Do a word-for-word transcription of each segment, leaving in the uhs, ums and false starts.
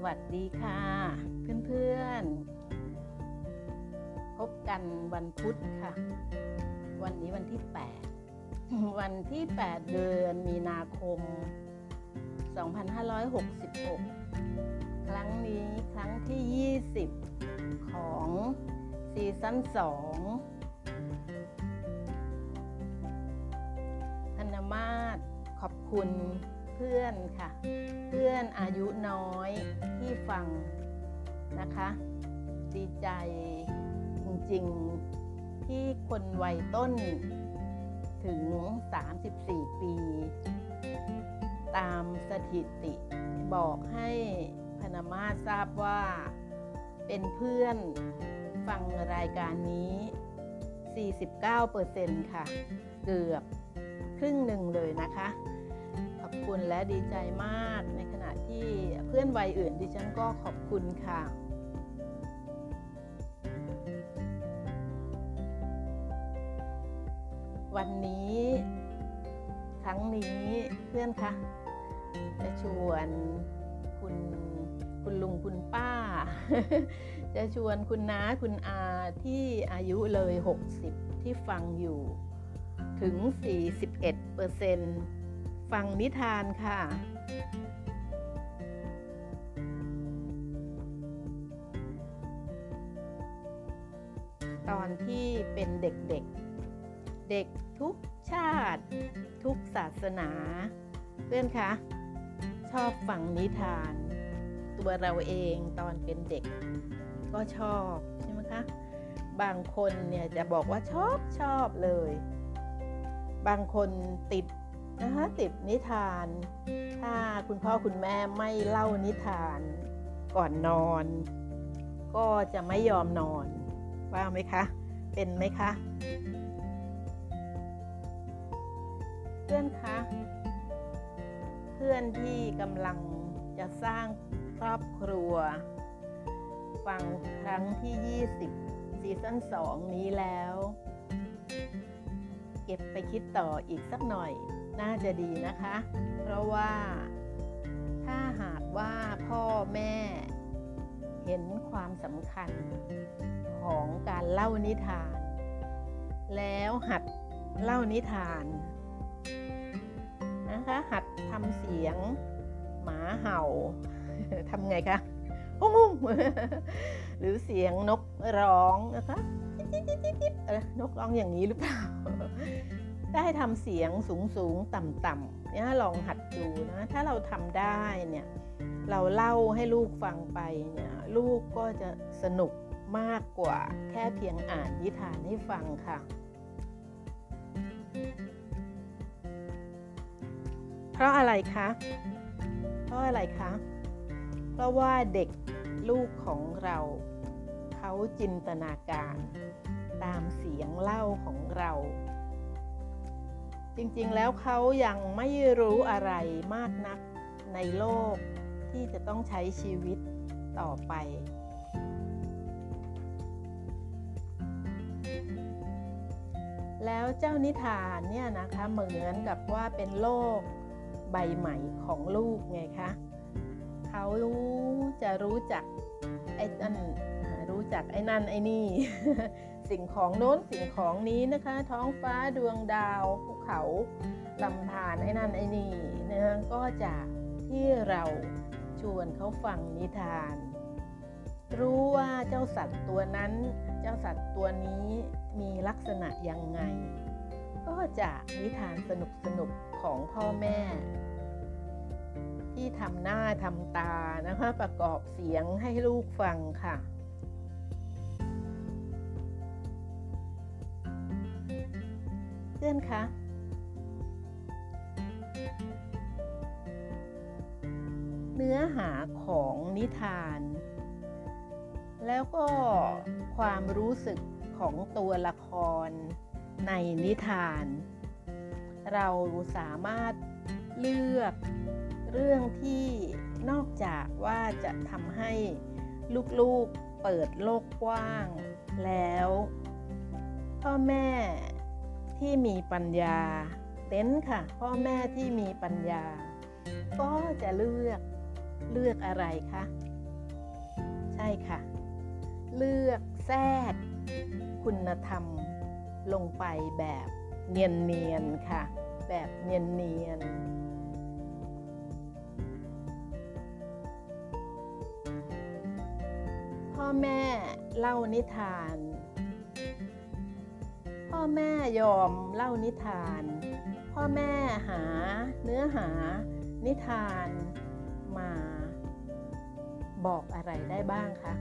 วัสดีค่ะเพื่อนๆพบกันวันพุธค่ะวันนี้วันที่แปดวันที่แปดเดือนมีนาคมสองพันห้าร้อยหกสิบหกครั้งนี้ครั้งที่ยี่สิบของซีซั่นสองธนมาศขอบคุณเพื่อนค่ะเพื่อนอายุน้อยที่ฟังนะคะดีใจจริงๆที่คนวัยต้นถึงสามสิบสี่ปีตามสถิติบอกให้พนมาศทราบว่าเป็นเพื่อนฟังรายการนี้ สี่สิบเก้าเปอร์เซ็นต์ ค่ะเกือบครึ่งหนึ่งเลยนะคะขอบคุณและดีใจมากในขณะที่เพื่อนวัยอื่นดิฉันก็ขอบคุณค่ะวันนี้ครั้งนี้เพื่อนคะจะชวนคุณคุณลุงคุณป้า จะชวนคุณน้าคุณอาที่อายุเลยหกสิบที่ฟังอยู่ถึง สี่สิบเอ็ดเปอร์เซ็นต์ ฟังนิทานค่ะตอนที่เป็นเด็กๆเด็กทุกชาติทุกศาสนาเพื่อนคะชอบฟังนิทานตัวเราเองตอนเป็นเด็กก็ชอบใช่ไหมคะบางคนเนี่ยจะบอกว่าชอบชอบเลยบางคนติดนะคะติดนิทานถ้าคุณพ่อคุณแม่ไม่เล่านิทานก่อนนอนก็จะไม่ยอมนอนว่าไหมคะเป็นไหมคะเพื่อนคะเพื่อนที่กำลังจะสร้างครอบครัวฟังครั้งที่ยี่สิบซีซั่นสองนี้แล้วเก็บไปคิดต่ออีกสักหน่อยน่าจะดีนะคะเพราะว่าถ้าหากว่าพ่อแม่เห็นความสำคัญของการเล่านิทานแล้วหัดเล่านิทานนะคะหัดทำเสียงหมาเห่าทำไงคะหุ้งหรือเสียงนกร้องนะคะนกร้องอย่างนี้หรือเปล่าได้ทำเสียงสูงสูงต่ำต่ำเนี่ยลองหัดดูนะถ้าเราทำได้เนี่ยเราเล่าให้ลูกฟังไปเนี่ยลูกก็จะสนุกมากกว่าแค่เพียงอ่านนิทานให้ฟังค่ะเพราะอะไรคะเพราะอะไรคะเพราะว่าเด็กลูกของเราเขาจินตนาการตามเสียงเล่าของเราจริงๆแล้วเขายังไม่รู้อะไรมากนักในโลกที่จะต้องใช้ชีวิตต่อไปแล้วเจ้านิทานเนี่ยนะคะเหมือนกับว่าเป็นโลกใบใหม่ของลูกไงคะเขาจะรู้จักไอ้นั่นรู้จักไอ้นั่นไอ้นี่ สิ่งของโน้นสิ่งของนี้นะคะท้องฟ้าดวงดาวภูเขาลำธารไอ้นั่นไอ้นี่นะก็จากที่เราชวนเขาฟังนิทานรู้ว่าเจ้าสัตว์ตัวนั้นเจ้าสัตว์ตัวนี้มีลักษณะยังไงก็จากนิทานสนุกสนุกของพ่อแม่ที่ทำหน้าทำตานะคะประกอบเสียงให้ลูกฟังค่ะเพื่อนคะเนื้อหาของนิทานแล้วก็ความรู้สึกของตัวละครในนิทานเราสามารถเลือกเรื่องที่นอกจากว่าจะทำให้ลูกๆเปิดโลกกว้างแล้วพ่อแม่ที่มีปัญญาเน้นค่ะพ่อแม่ที่มีปัญญาก็จะเลือกเลือกอะไรคะช่ค่ะเลือกแทรกคุณธรรมลงไปแบบเนียนๆค่ะแบบเนียนๆพ่อแม่เล่านิทานพ่อแม่ยอมเล่านิทานพ่อแม่หาเนื้อหานิทานมาบอกอะไรได้บ้างคะ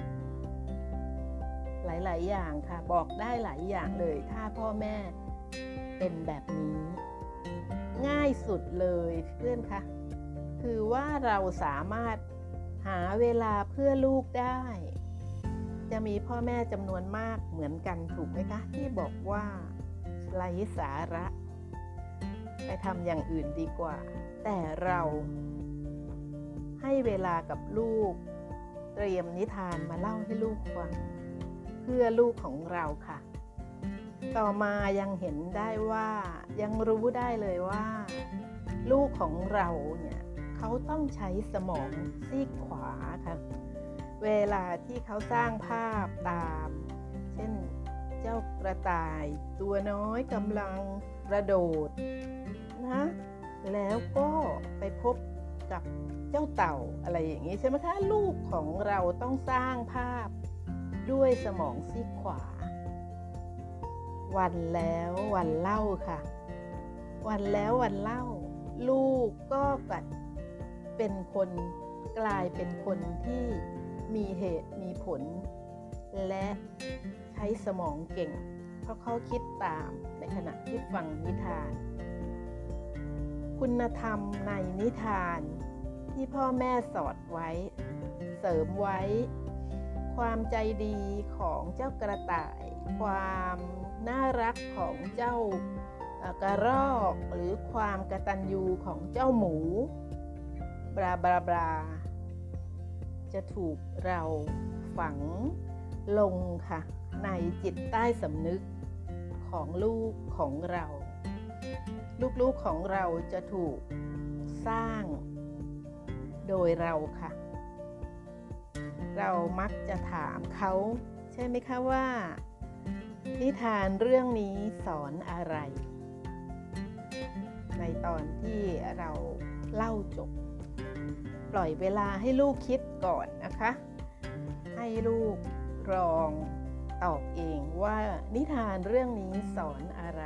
หลายๆอย่างค่ะบอกได้หลายอย่างเลยถ้าพ่อแม่เป็นแบบนี้ง่ายสุดเลยเพื่อนคะคือว่าเราสามารถหาเวลาเพื่อลูกได้จะมีพ่อแม่จำนวนมากเหมือนกันถูกไหมคะที่บอกว่าไร้สาระไปทำอย่างอื่นดีกว่าแต่เราให้เวลากับลูกเตรียมนิทานมาเล่าให้ลูกฟังเพื่อลูกของเราค่ะต่อมายังเห็นได้ว่ายังรู้ได้เลยว่าลูกของเราเนี่ยเขาต้องใช้สมองซีกขวาค่ะเวลาที่เขาสร้างภาพตามเช่นเจ้ากระต่ายตัวน้อยกำลังกระโดดนะแล้วก็ไปพบกับเจ้าเต่าอะไรอย่างนี้ใช่ไหมคะลูกของเราต้องสร้างภาพด้วยสมองซีกขวาวันแล้ววันเล่าค่ะวันแล้ววันเล่าลูกก็กัดเป็นคนกลายเป็นคนที่มีเหตุมีผลและใช้สมองเก่งเพราะเขาคิดตามในขณะที่ฟังนิทานคุณธรรมในนิทานที่พ่อแม่สอดไว้เสริมไว้ความใจดีของเจ้ากระต่ายความน่ารักของเจ้ากระรอกหรือความกตัญญูของเจ้าหมูบลาบลาบลาจะถูกเราฝังลงค่ะในจิตใต้สำนึกของลูกของเราลูกๆของเราจะถูกสร้างโดยเราค่ะเรามักจะถามเขาใช่ไหมคะว่านิทานเรื่องนี้สอนอะไรในตอนที่เราเล่าจบปล่อยเวลาให้ลูกคิดก่อนนะคะให้ลูกลองตอบเองว่านิทานเรื่องนี้สอนอะไร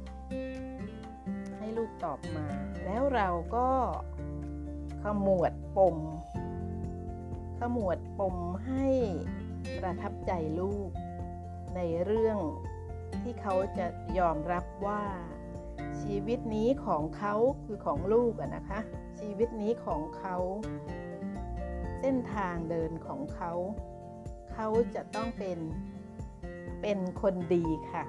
ให้ลูกตอบมาแล้วเราก็ขมวดปมขมวดปมให้ประทับใจลูกในเรื่องที่เขาจะยอมรับว่าชีวิตนี้ของเขาคือของลูกอะนะคะชีวิตนี้ของเขาเส้นทางเดินของเขาเขาจะต้องเป็นเป็นคนดีค่ะ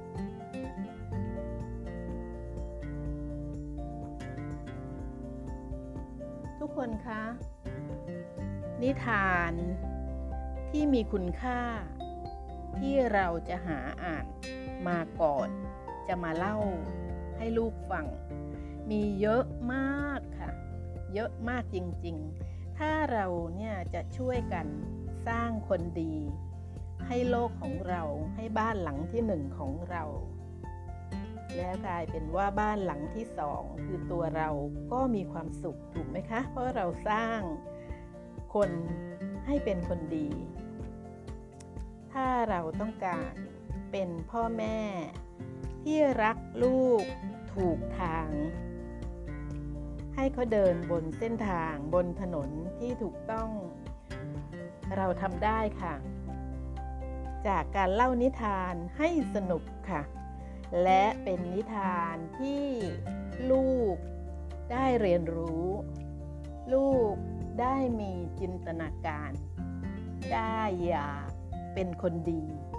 ทุกคนคะนิทานที่มีคุณค่าที่เราจะหาอ่านมาก่อนจะมาเล่าให้ลูกฟังมีเยอะมากค่ะเยอะมากจริงๆถ้าเราเนี่ยจะช่วยกันสร้างคนดีให้โลกของเราให้บ้านหลังที่หนึ่งของเราแล้วกลายเป็นว่าบ้านหลังที่สองคือตัวเราก็มีความสุขถูกไหมคะเพราะเราสร้างคนให้เป็นคนดีถ้าเราต้องการเป็นพ่อแม่ที่รักลูกถูกทางให้เขาเดินบนเส้นทางบนถนนที่ถูกต้องเราทำได้ค่ะจากการเล่านิทานให้สนุกค่ะและเป็นนิทานที่ลูกได้เรียนรู้ลูกได้มีจินตนาการได้อยากเป็นคนดี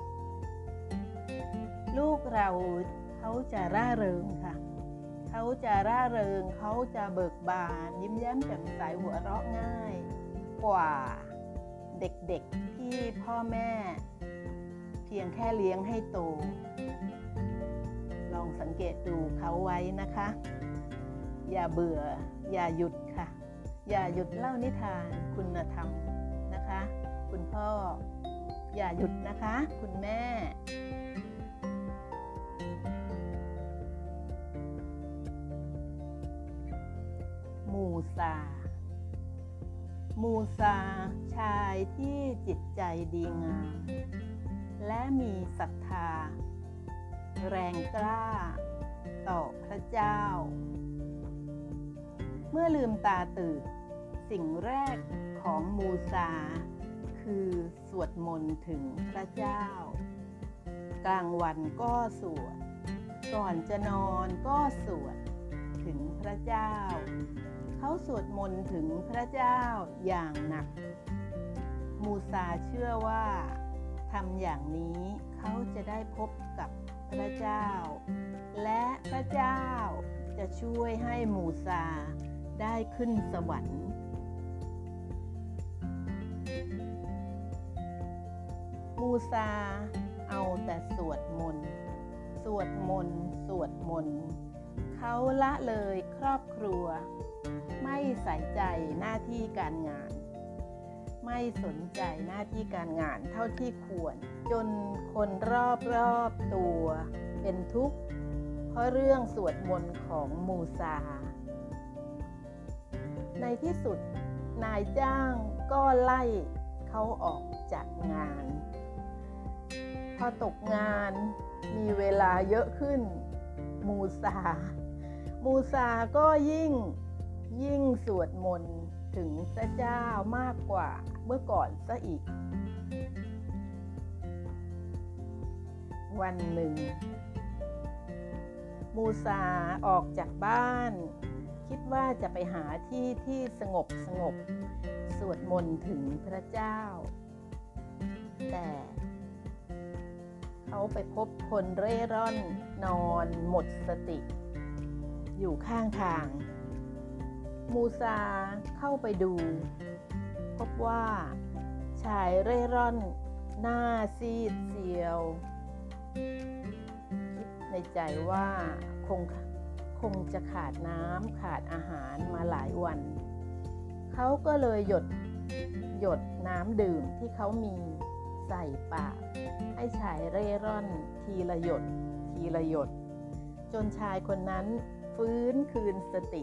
ลูกเราเขาจะร่าเริงค่ะเขาจะร่าเริงเขาจะเบิกบานยิ้มแย้มแจ่มใสหัวเราะง่ายกว่าเด็กๆที่พ่อแม่เพียงแค่เลี้ยงให้โตลองสังเกตดูเขาไว้นะคะอย่าเบื่ออย่าหยุดค่ะอย่าหยุดเล่านิทานคุณธรรมนะคะคุคุณพ่ออย่าหยุดนะคะคุณแม่มูซามูซาชายที่จิตใจดีงามและมีศรัทธาแรงกล้าต่อพระเจ้าเมื่อลืมตาตื่นสิ่งแรกของมูซาคือสวดมนต์ถึงพระเจ้ากลางวันก็สวดก่อนจะนอนก็สวดถึงพระเจ้าเขาสวดมนต์ถึงพระเจ้าอย่างหนักมูซาเชื่อว่าทำอย่างนี้เขาจะได้พบกับพระเจ้าและพระเจ้าจะช่วยให้มูซาได้ขึ้นสวรรค์มูซาเอาแต่สวดมนต์สวดมนต์สวดมนต์เขาละเลยครอบครัวไม่ใส่ใจหน้าที่การงานไม่สนใจหน้าที่การงานเท่าที่ควรจนคนรอบๆตัวเป็นทุกข์เพราะเรื่องสวดมนต์ของมูซาในที่สุดนายจ้างก็ไล่เขาออกจากงานพอตกงานมีเวลาเยอะขึ้นมูซามูซาก็ยิ่งยิ่งสวดมนต์ถึงพระเจ้ามากกว่าเมื่อก่อนซะอีกวันหนึ่งมูซาออกจากบ้านคิดว่าจะไปหาที่ที่สงบสงบสวดมนต์ถึงพระเจ้าแต่เขาไปพบคนเร่ร่อนนอนหมดสติอยู่ข้างทางมูซาเข้าไปดูพบว่าชายเร่ร่อนหน้าซีดเซียวคิดในใจว่าคงคงจะขาดน้ำขาดอาหารมาหลายวันเขาก็เลยหยดหยดน้ำดื่มที่เขามีใส่ปากให้ชายเร่ร่อนทีละหยดทีละหยดจนชายคนนั้นฟื้นคืนสติ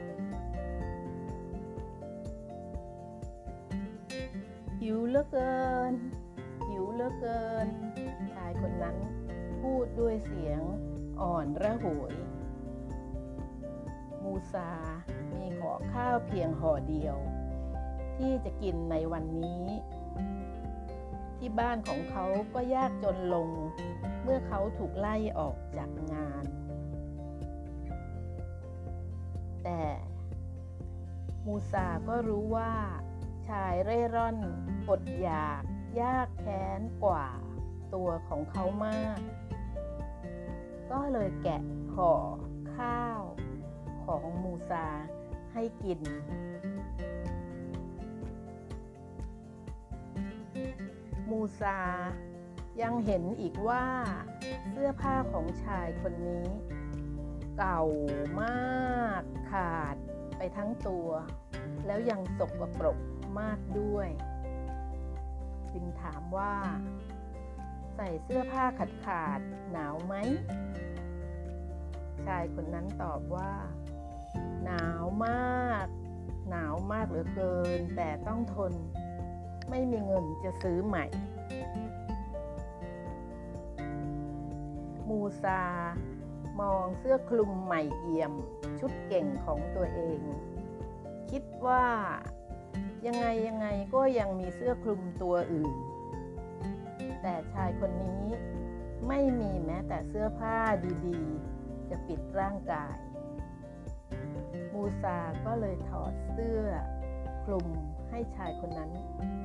หิวเหลือเกินหิวเหลือเกินชายคนนั้นพูดด้วยเสียงอ่อนระหวยมูซามีห่อข้าวเพียงห่อเดียวที่จะกินในวันนี้ที่บ้านของเขาก็ยากจนลงเมื่อเขาถูกไล่ออกจากงานแต่มูซาก็รู้ว่าชายเร่ร่อนอดอยากยากแค้นกว่าตัวของเขามากก็เลยแกะห่อข้าวของมูซาให้กินมูซายังเห็นอีกว่าเสื้อผ้าของชายคนนี้เก่ามากขาดไปทั้งตัวแล้วยังสกปรกมากด้วยจึงถามว่าใส่เสื้อผ้าขาดขาดหนาวไหมชายคนนั้นตอบว่าหนาวมากหนาวมากเหลือเกินแต่ต้องทนไม่มีเงินจะซื้อใหม่มูซามองเสื้อคลุมใหม่เอี่ยมชุดเก่งของตัวเองคิดว่ายังไงยังไงก็ยังมีเสื้อคลุมตัวอื่นแต่ชายคนนี้ไม่มีแม้แต่เสื้อผ้าดีๆจะปิดร่างกายมูซาก็เลยถอดเสื้อคลุมให้ชายคนนั้น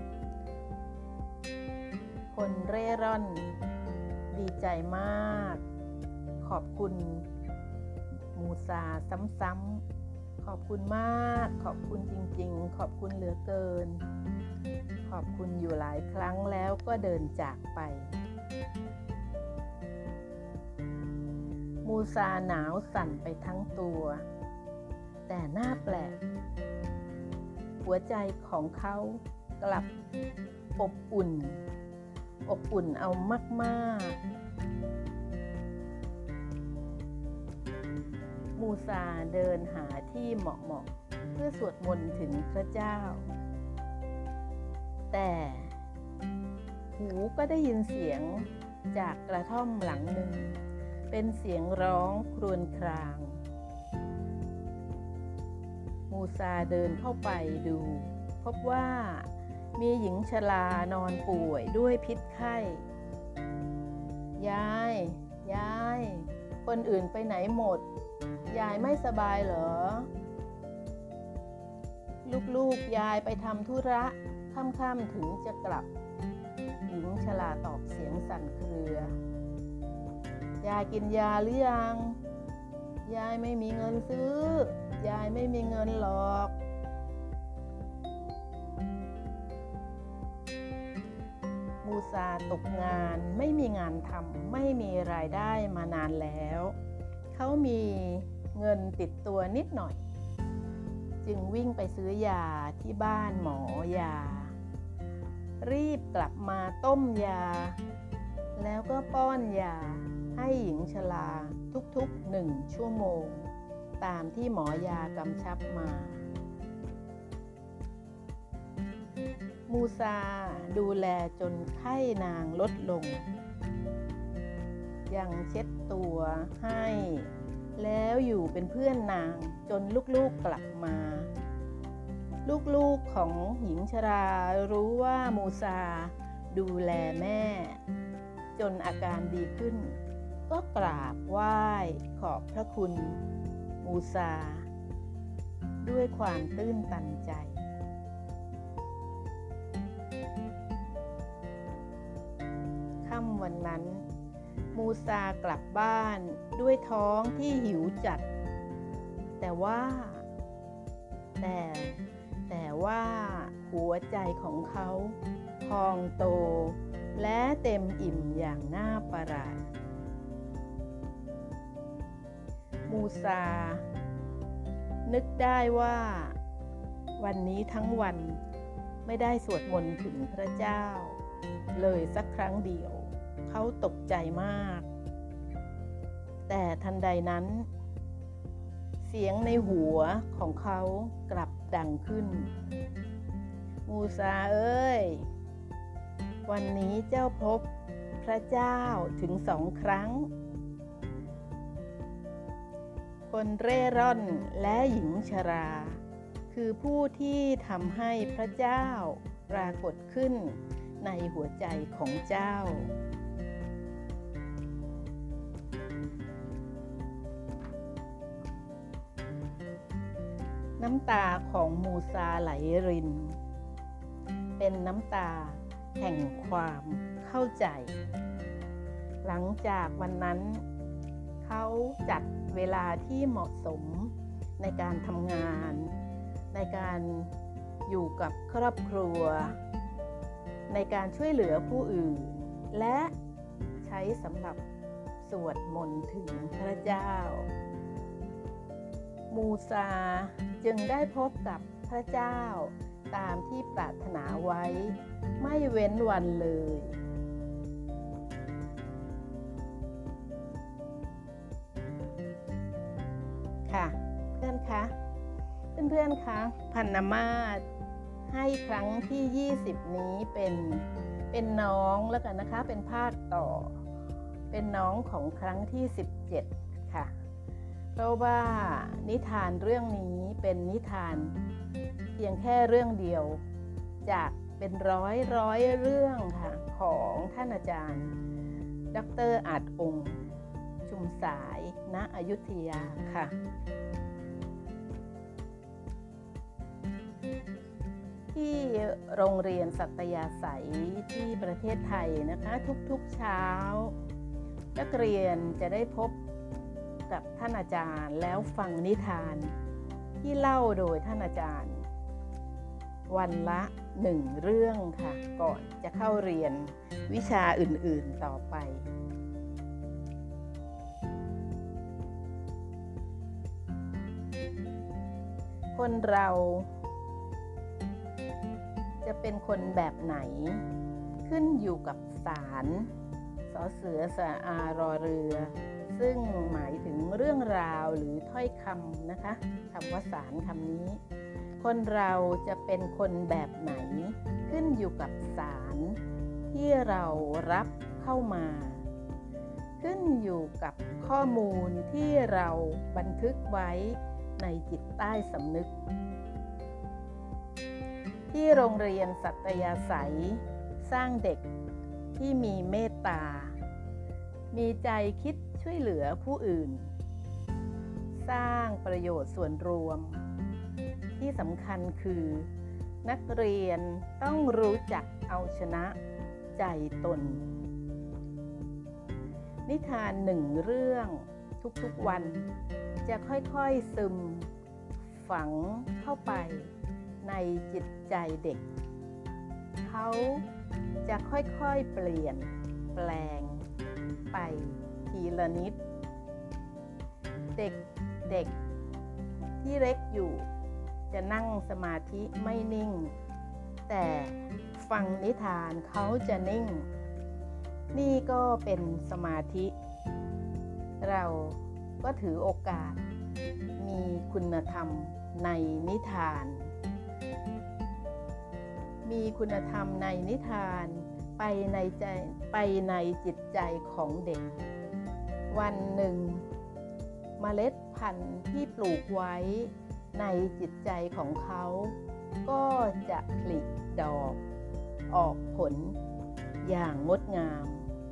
คนเร่ร่อนดีใจมากขอบคุณมูซาซ้ำๆขอบคุณมากขอบคุณจริงๆขอบคุณเหลือเกินขอบคุณอยู่หลายครั้งแล้วก็เดินจากไปมูซาหนาวสั่นไปทั้งตัวแต่น่าแปลกหัวใจของเขากลับอบอุ่นอบอุ่นเอามากๆมูซาเดินหาที่เหมาะๆเพื่อสวดมนต์ถึงพระเจ้าแต่หูก็ได้ยินเสียงจากกระท่อมหลังหนึ่งเป็นเสียงร้องครวญครางมูซาเดินเข้าไปดูพบว่ามีหญิงชรานอนป่วยด้วยพิษไข้ยายยายคนอื่นไปไหนหมดยายไม่สบายเหรอลูกๆยายไปทำธุระค่ำๆถึงจะกลับหญิงชราตอบเสียงสั่นเครือยายกินยาหรือยังยายไม่มีเงินซื้อยายไม่มีเงินหรอกมูซาตกงานไม่มีงานทำไม่มีรายได้มานานแล้วเขามีเงินติดตัวนิดหน่อยจึงวิ่งไปซื้อยาที่บ้านหมอยารีบกลับมาต้มยาแล้วก็ป้อนยาให้หญิงชราทุกๆหนึ่งชั่วโมงตามที่หมอยากำชับมามูซาดูแลจนไข้นางลดลงยังเช็ดตัวให้แล้วอยู่เป็นเพื่อนนางจนลูกๆกลับมาลูกๆของหญิงชรารู้ว่ามูซาดูแลแม่จนอาการดีขึ้นก็กราบไหว้ขอบพระคุณมูซาด้วยความตื้นตันใจค่ำวันนั้นมูซากลับบ้านด้วยท้องที่หิวจัดแต่ว่าแต่แต่ว่าหัวใจของเขาพองโตและเต็มอิ่มอย่างน่าประหลาดมูซานึกได้ว่าวันนี้ทั้งวันไม่ได้สวดมนต์ถึงพระเจ้าเลยสักครั้งเดียวเขาตกใจมากแต่ทันใดนั้นเสียงในหัวของเขากลับดังขึ้นมูซาเอ้ยวันนี้เจ้าพบพระเจ้าถึงสองครั้งคนเร่ร่อนและหญิงชราคือผู้ที่ทำให้พระเจ้าปรากฏขึ้นในหัวใจของเจ้าน้ำตาของมูซาไหลรินเป็นน้ำตาแห่งความเข้าใจหลังจากวันนั้นเขาจัดเวลาที่เหมาะสมในการทำงานในการอยู่กับครอบครัวในการช่วยเหลือผู้อื่นและใช้สำหรับสวดมนต์ถึงพระเจ้ามูซาจึงได้พบกับพระเจ้าตามที่ปรารถนาไว้ไม่เว้นวันเลยค่ะเพื่อนคะเพื่อนๆคะพันนามาศให้ครั้งที่ยี่สิบนี้เป็นเป็นน้องแล้วกันนะคะเป็นภาคต่อเป็นน้องของครั้งที่สิบเจ็ดค่ะเพราะว่านิทานเรื่องนี้เป็นนิทานเพียงแค่เรื่องเดียวจากเป็นร้อยร้อยเรื่องค่ะของท่านอาจารย์ดร.อาจองค์ชุมสายณอยุธยาค่ะที่โรงเรียนสัตยาศัยที่ประเทศไทยนะคะทุกๆเช้านักเรียนจะได้พบกับท่านอาจารย์แล้วฟังนิทานที่เล่าโดยท่านอาจารย์วันละหนึ่งเรื่องค่ะก่อนจะเข้าเรียนวิชาอื่นๆต่อไปคนเราจะเป็นคนแบบไหนขึ้นอยู่กับศาลสอเสือสระอารอเรือ ซึ่งหมายถึงเรื่องราวหรือถ้อยคำนะคะคำว่าศาลคำนี้คนเราจะเป็นคนแบบไหนขึ้นอยู่กับศาลที่เรารับเข้ามาขึ้นอยู่กับข้อมูลที่เราบันทึกไว้ในจิตใต้สำนึกที่โรงเรียนสัตยาศัยสร้างเด็กที่มีเมตตามีใจคิดช่วยเหลือผู้อื่นสร้างประโยชน์ส่วนรวมที่สำคัญคือนักเรียนต้องรู้จักเอาชนะใจตนนิทานหนึ่งเรื่องทุกๆวันจะค่อยๆซึมฝังเข้าไปในจิตใจเด็กเขาจะค่อยๆเปลี่ยนแปลงไปทีละนิดเด็กเด็กที่เล็กอยู่จะนั่งสมาธิไม่นิ่งแต่ฟังนิทานเขาจะนิ่งนี่ก็เป็นสมาธิเราก็ถือโอกาสมีคุณธรรมในนิทานมีคุณธรรมในนิทานไปในใจไปในจิตใจของเด็กวันหนึ่งเมล็ดพันธุ์ที่ปลูกไว้ในจิตใจของเขาก็จะผลิดอกออกผลอย่างงดงาม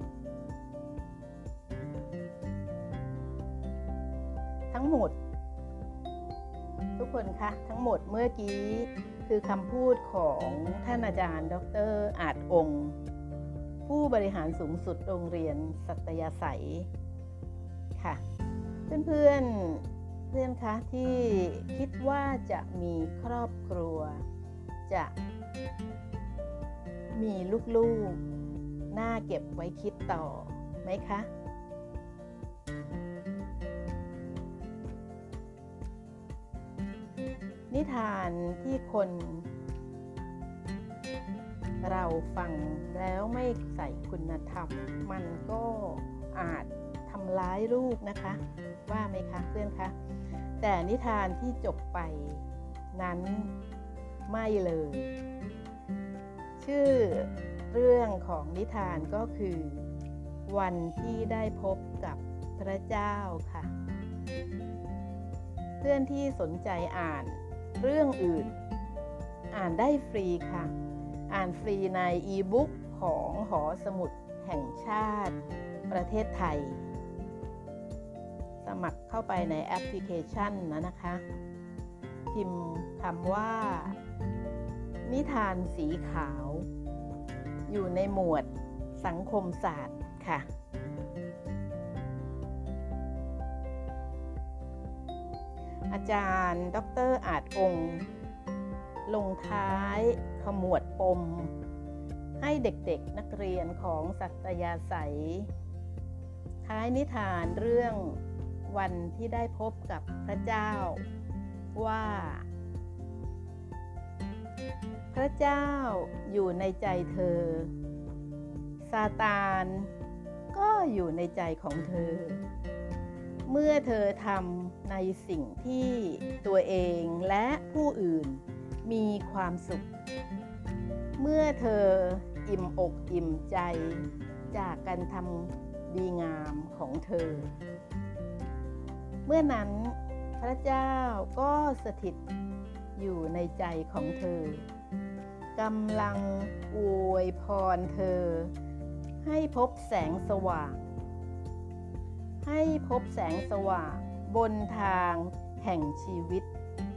ทั้งหมดทุกคนคะทั้งหมดเมื่อกี้คือคำพูดของท่านอาจารย์ดร.อาจองค์ผู้บริหารสูงสุดโรงเรียนสัตยาศัยค่ะเพื่อนๆเพื่อนคะที่คิดว่าจะมีครอบครัวจะมีลูกๆน่าเก็บไว้คิดต่อไหมคะนิทานที่คนเราฟังแล้วไม่ใส่คุณธรรมมันก็อาจทำร้ายลูกนะคะว่าไหมคะเพื่อนคะแต่นิทานที่จบไปนั้นไม่เลยชื่อเรื่องของนิทานก็คือวันที่ได้พบกับพระเจ้าค่ะเพื่อนที่สนใจอ่านเรื่องอื่นอ่านได้ฟรีค่ะอ่านฟรีในอีบุ๊กของหอสมุดแห่งชาติประเทศไทยสมัครเข้าไปในแอปพลิเคชันนะนะคะพิมพ์คำว่านิทานสีขาวอยู่ในหมวดสังคมศาสตร์ค่ะอาจารย์ดร.อาจองค์ลงท้ายขมวดปมให้เด็กๆนักเรียนของสัตยาศัยท้ายนิทานเรื่องวันที่ได้พบกับพระเจ้าว่าพระเจ้าอยู่ในใจเธอซาตานก็อยู่ในใจของเธอเมื่อเธอทำในสิ่งที่ตัวเองและผู้อื่นมีความสุขเมื่อเธออิ่มอกอิ่มใจจากการทำดีงามของเธอเมื่อนั้นพระเจ้าก็สถิตอยู่ในใจของเธอกำลังอวยพรเธอให้พบแสงสว่างให้พบแสงสว่างบนทางแห่งชีวิต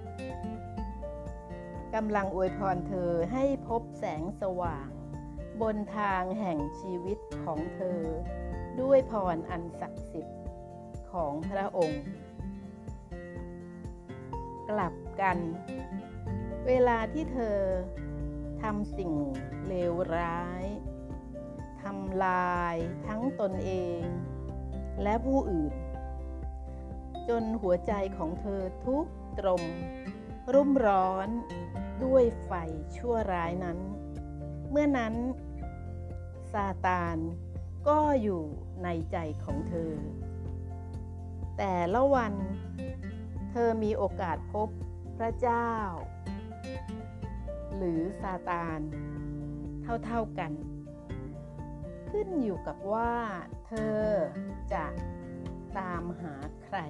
กำลังอวยพรเธอให้พบแสงสว่างบนทางแห่งชีวิตของเธอด้วยพรอันศักดิ์สิทธิ์ของพระองค์กลับกันเวลาที่เธอทำสิ่งเลวร้ายทำลายทั้งตนเองและผู้อื่นจนหัวใจของเธอทุกข์ตรมรุ่มร้อนด้วยไฟชั่วร้ายนั้นเมื่อนั้นซาตานก็อยู่ในใจของเธอแต่ละวันเธอมีโอกาสพบพระเจ้าหรือซาตานเท่าๆกันขึ้นอยู่กับว่าเธอจะตามหาใคร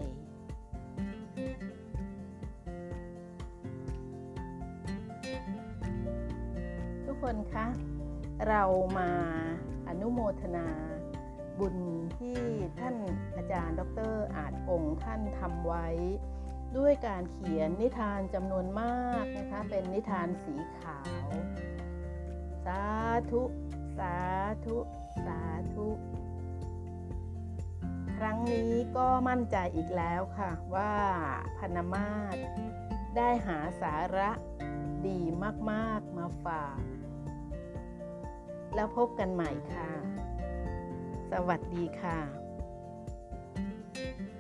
ทุกคนคะเรามาอนุโมทนาบุญที่ท่านอาจารย์ดร.อาจองค์ท่านทำไว้ด้วยการเขียนนิทานจำนวนมากนะคะเป็นนิทานสีขาวสาธุสาธุสาธุครั้งนี้ก็มั่นใจอีกแล้วค่ะว่าพนมาศได้หาสาระดีมากๆมาฝากแล้วพบกันใหม่ค่ะสวัสดีค่ะ